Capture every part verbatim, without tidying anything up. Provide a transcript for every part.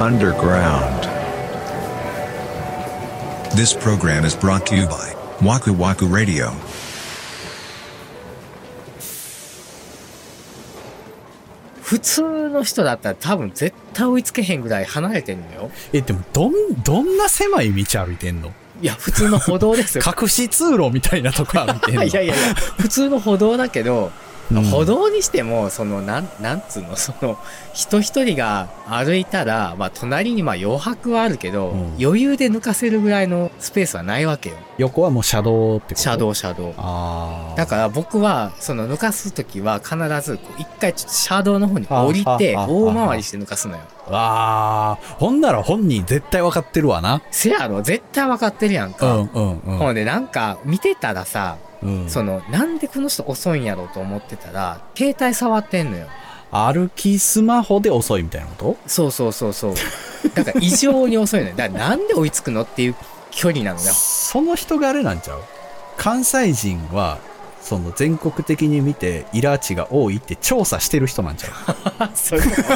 underground. This program is brought to you by Waku Waku Radio. 普通の人だったら多分絶対追いつけへんぐらい離れてんのよ。 え、でもどん、どんな狭い道歩いてんの？ いや、普通の歩道ですよ。 隠し通路みたいなとこ歩いてんの？ いやいやいや、普通の歩道だけど、うん、歩道にしても、その、なん、なんつうの、その、人一人が歩いたら、まあ、隣にまあ余白はあるけど、うん、余裕で抜かせるぐらいのスペースはないわけよ。 横はもう車道ってこと？ 車道、車道。ああ。だから僕は、その抜かすときは必ず、一回ちょっと車道の方に降りて、大回りして抜かすのよ。 わあ、ほんなら本人絶対分かってるわな。 せやろ、絶対分かってるやんか。 うんうんうん。 ほんで、なんか、見てたらさ、うん、そのなんでこの人遅いんやろうと思ってたら携帯触ってんのよ。 歩きスマホで遅いみたいなこと？ そうそうそうそう。だから異常に遅いのよ。だからなんで追いつくのっていう距離なのよ。 その人があれなんちゃう？関西人はその全国的に見てイラチが多いって調査してる人なんちゃう？ そういうこと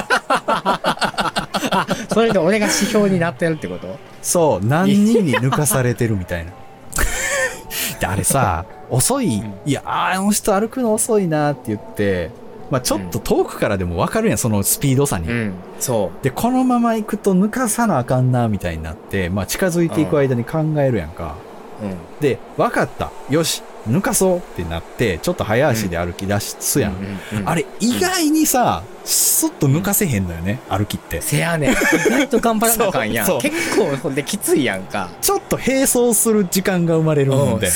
あ、それで俺が指標になってるってこと？ そう、何人に抜かされてるみたいな。であれさ、遅い、うん、いや、あの人歩くの遅いなって言って、まあちょっと遠くからでも分かるやん、そのスピード差に。うん、そう。で、このまま行くと抜かさなあかんな、みたいになって、まあ近づいていく間に考えるやんか。うん、で、分かった。よし、抜かそうってなって、ちょっと早足で歩き出すやん。あれ、意外にさ、スッと抜かせへんのよね、歩きって。 せやねん。意外と頑張らなあかんやん。そうそう結構、ほんできついやんか。 ちょっと並走する時間が生まれるんで。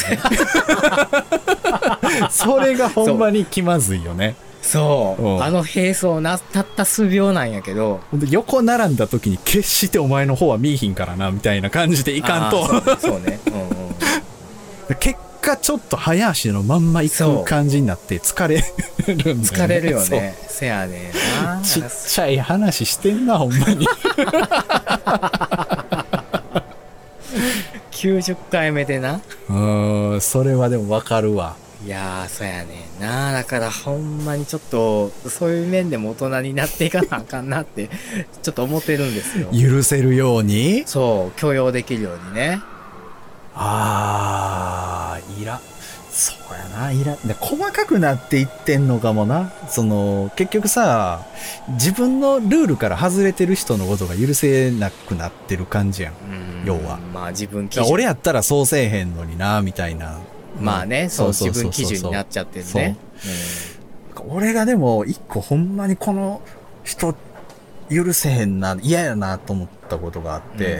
それがほんまに気まずいよね。 そう。うん、あの並走な、たった数秒なんやけど。 横並んだ時に決してお前の方は見えひんからな、みたいな感じでいかんと。 そう, そうね。うんうん、 結果ちょっと早足のまんま行く感じになって疲れるんだよね。 疲れるよね。せやねんな。 ちっちゃい話してんな、ほんまに。 きゅうじゅっかいめでな。 うーん、それはでもわかるわ。 いやー、そうやねんな。だからほんまにちょっと、そういう面でも大人になっていかなあかんなって、ちょっと思ってるんですよ。 許せるように？ そう、許容できるようにね。 あー、イラ。そうやな、イラ。で、細かくなっていってんのかもな。その、結局さ、自分のルールから外れてる人のことが許せなくなってる感じやん。ん要は。 まあ自分基準。 俺やったらそうせえへんのにな、みたいな。 まあね、そう、自分基準になっちゃってるね。 うん、俺がでも、一個ほんまにこの人、許せへんな、嫌やなと思ったことがあって、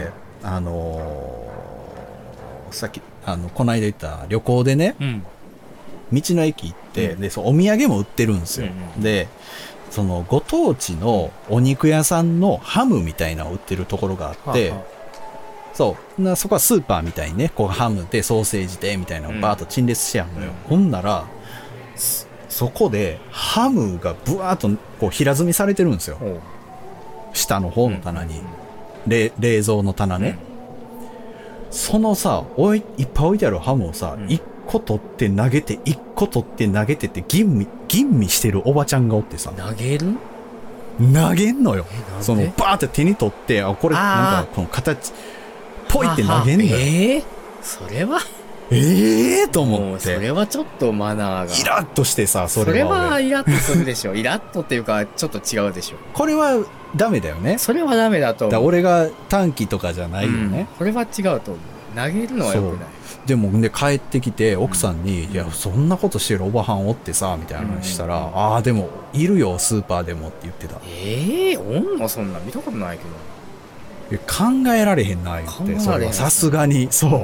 うん、あのー、さっき、あの、この間言った旅行でね、うん、道の駅行って、うん、で、そう、お土産も売ってるんですよ。うんうん、で、その、ご当地のお肉屋さんのハムみたいなのを売ってるところがあって、はあはあ、そう、なそこはスーパーみたいにね、こうハムでソーセージでみたいなのをバーッと陳列してやんのよ。うん、ほんなら、そこでハムがブワーッとこう平積みされてるんですよ。下の方の棚に。うん、冷蔵の棚ね。うんそのさ、おい、いっぱい置いてあるハムをさ、一、うん、個取って投げて、一個取って投げてって吟味、吟味してるおばちゃんがおってさ。 投げる？ 投げんのよ。その、バーって手に取って、あ、これ、なんか、この形、ポイって投げんのよ。 ええー、それはええー、と思って。 それはちょっとマナーが。 イラッとしてさ、それは。 それはイラッとするでしょ。イラッとっていうか、ちょっと違うでしょ。 これは、ダメだよね。 それはダメだと思う。 だ俺が短期とかじゃないよね。うん、 これは違うと思う。投げるのは良くない。 でもね帰ってきて奥さんに、うん、いやそんなことしてるおばはんおってさみたいな話したら、うん、ああでもいるよスーパーでもって言ってた。 ええー、おんのそんな見たことないけど。考えられへんな言ってそれはさすがにそう。うん、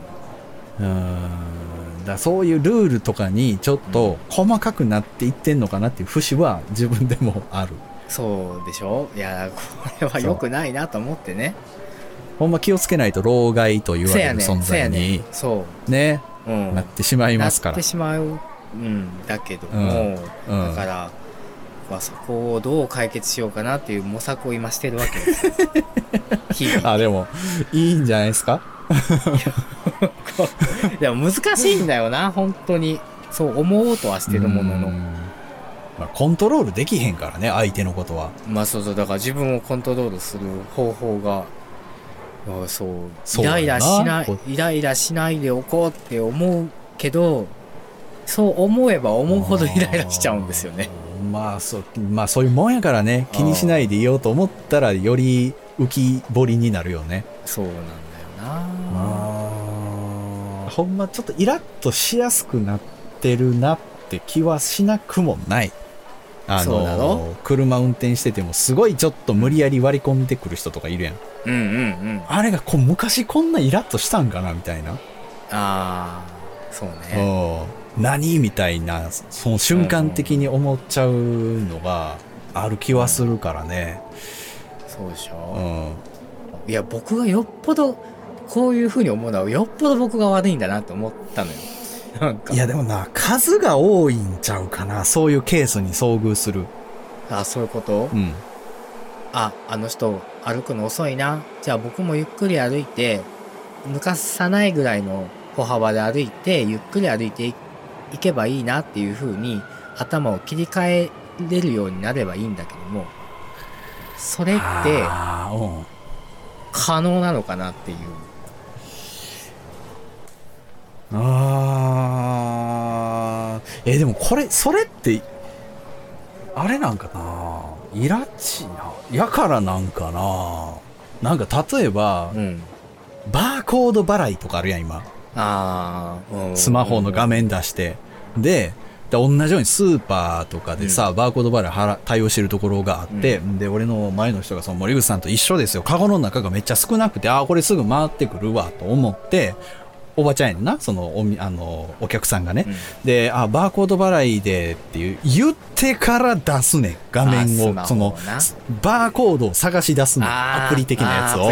うんだそういうルールとかにちょっと細かくなっていってんのかなっていう節は自分でもある。 そうでしょ。いやこれは良くないなと思ってね。 ほんま気をつけないと老害と言われる存在にそうね、うん、なってしまいますから。 なってしまう、うん、だけども、うん、だから、まあ、そこをどう解決しようかなっていう模索を今してるわけです日々。 あでもいいんじゃないですか。 でも難しいんだよな本当に。そう思おうとはしてるものの。 まあ、コントロールできへんからね、相手のことは。 まあそうそう、だから自分をコントロールする方法が、あそう、イライラしない、イライラしないでおこうって思うけど、そう思えば思うほどイライラしちゃうんですよね。 まあそう、まあそういうもんやからね、気にしないでいようと思ったらより浮き彫りになるよね。 そうなんだよな。 あほんまちょっとイラッとしやすくなってるなって気はしなくもない。あの車運転しててもすごいちょっと無理やり割り込んでくる人とかいるやん。 うんうんうん。 あれがこう昔こんなイラッとしたんかなみたいな。 ああ、そうね。 何みたいな、その瞬間的に思っちゃうのがある気はするからね。 そうでしょ。 うん。 いや僕がよっぽどこういう風に思うのはよっぽど僕が悪いんだなと思ったのよ。なんかいやでもな、数が多いんちゃうかな、そういうケースに遭遇する。 あ、そういうこと？ うん。 あ、あの人歩くの遅いな。じゃあ僕もゆっくり歩いて、抜かさないぐらいの歩幅で歩いて、ゆっくり歩いていけばいいなっていう風に頭を切り替えれるようになればいいんだけども、それって可能なのかなっていう。 あー、え、でもこれ、それって、あれなんかな、イラチな、やからなんかな、なんか例えば、うん、バーコード払いとかあるやん、今。 あー、 スマホの画面出して。で、で同じようにスーパーとかでさ、うん、バーコード払いはら対応してるところがあって、うん、で、俺の前の人がその森口さんと一緒ですよ。カゴの中がめっちゃ少なくて、ああ、これすぐ回ってくるわ、と思って、おばちゃんやんな、そのお、あの、お客さんがね。うん、で、あ、バーコード払いでっていう、言ってから出すねん、画面を。その、バーコードを探し出すねん、アプリ的なやつを。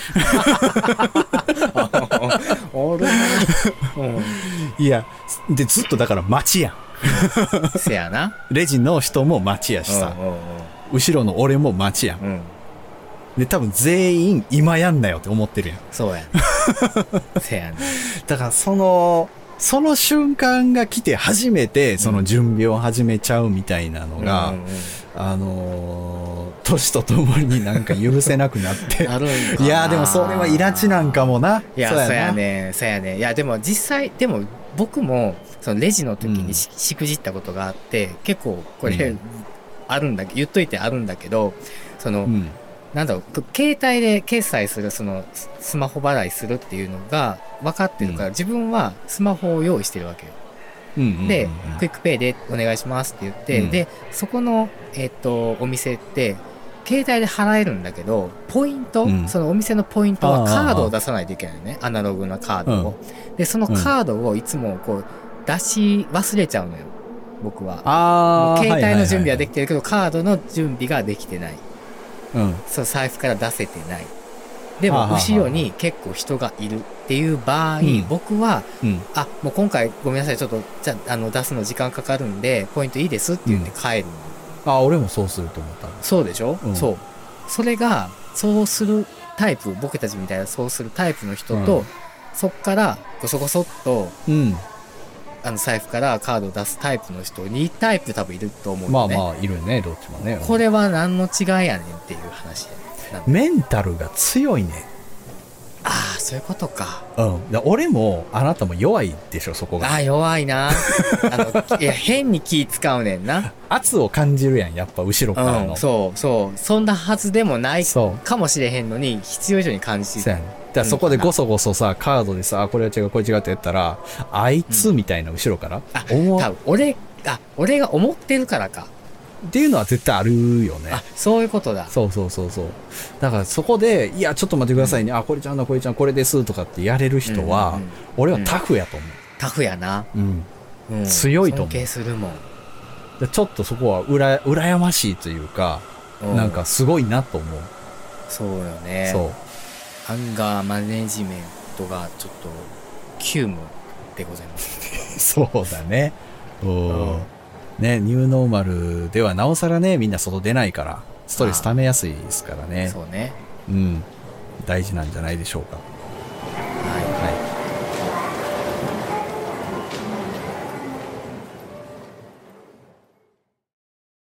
おるな。 いや、で、ずっとだから待ちやん。 せやな。 レジの人も待ちやしさ、後ろの俺も待ちやん。うん、で、多分全員今やんなよって思ってるやん。 そうや。せやね。 だからその、その瞬間が来て初めてその準備を始めちゃうみたいなのが、うんうんうん、あのー、年とともになんか許せなくなって。 あるんかな。 いやでもそれはイラチなんかもな。 いや、そうや, そうやね。そうやね。いやでも実際、でも僕もそのレジの時に し,、うん、しくじったことがあって、結構これ、うん、あるんだけど、言っといてあるんだけど、その、うんなんだろう、携帯で決済する、そのスマホ払いするっていうのが分かってるから、うん、自分はスマホを用意してるわけよ。うんうんうんうん、で、クイックペイでお願いしますって言って、うん、で、そこの、えっと、お店って、携帯で払えるんだけど、ポイント、うん、そのお店のポイントはカードを出さないといけないのね。アナログなカードを、うん。で、そのカードをいつもこう、出し忘れちゃうのよ。僕は。 あ携帯の準備はできてるけど、はいはいはい、カードの準備ができてない。 うん、 そう財布から出せてない。でも後ろに結構人がいるっていう場合、うん、僕は、うん、あもう今回ごめんなさいちょっとじゃあの出すの時間かかるんでポイントいいですって言って帰る、 うん、あ俺もそうすると思った。 そうでしょ、うん、そうそれがそうするタイプ僕たちみたいなそうするタイプの人と、うん、そっからごそごそっと、うんあの財布からカードを出すタイプの人にタイプ多分いると思うよね。 まあまあいるねどっちもね。 これは何の違いやねんっていう話。 メンタルが強いね。 ああそういうことか。 うん俺もあなたも弱いでしょそこが。 ああ弱いな。あのいや変に気使うねんな。 圧を感じるやんやっぱ後ろからの、 うん、そうそうそんなはずでもないかもしれへんのに必要以上に感じる。 そうやねだからそこでごそごそさカードでさこれは違うこれ違うってやったらあいつみたいな後ろから、うん、 あ多分俺あ俺が思ってるからかっていうのは絶対あるよね。 あそういうことだ。 そうそうそうそうだからそこでいやちょっと待ってくださいね、うん、あこれちゃんだこれちゃんこれですとかってやれる人は、うんうんうん、俺はタフやと思う、うん、 タフやな、 うんうん、強いと思う。 尊敬するもん。 ちょっとそこはうら羨ましいというか、うん、なんかすごいなと思う。 そうよね。 そうアンガーマネジメントがちょっと急務でございますそうだね。お、うん、ねニューノーマルではなおさらねみんな外出ないからストレス溜めやすいですからね。 そうね。 うん大事なんじゃないでしょうか。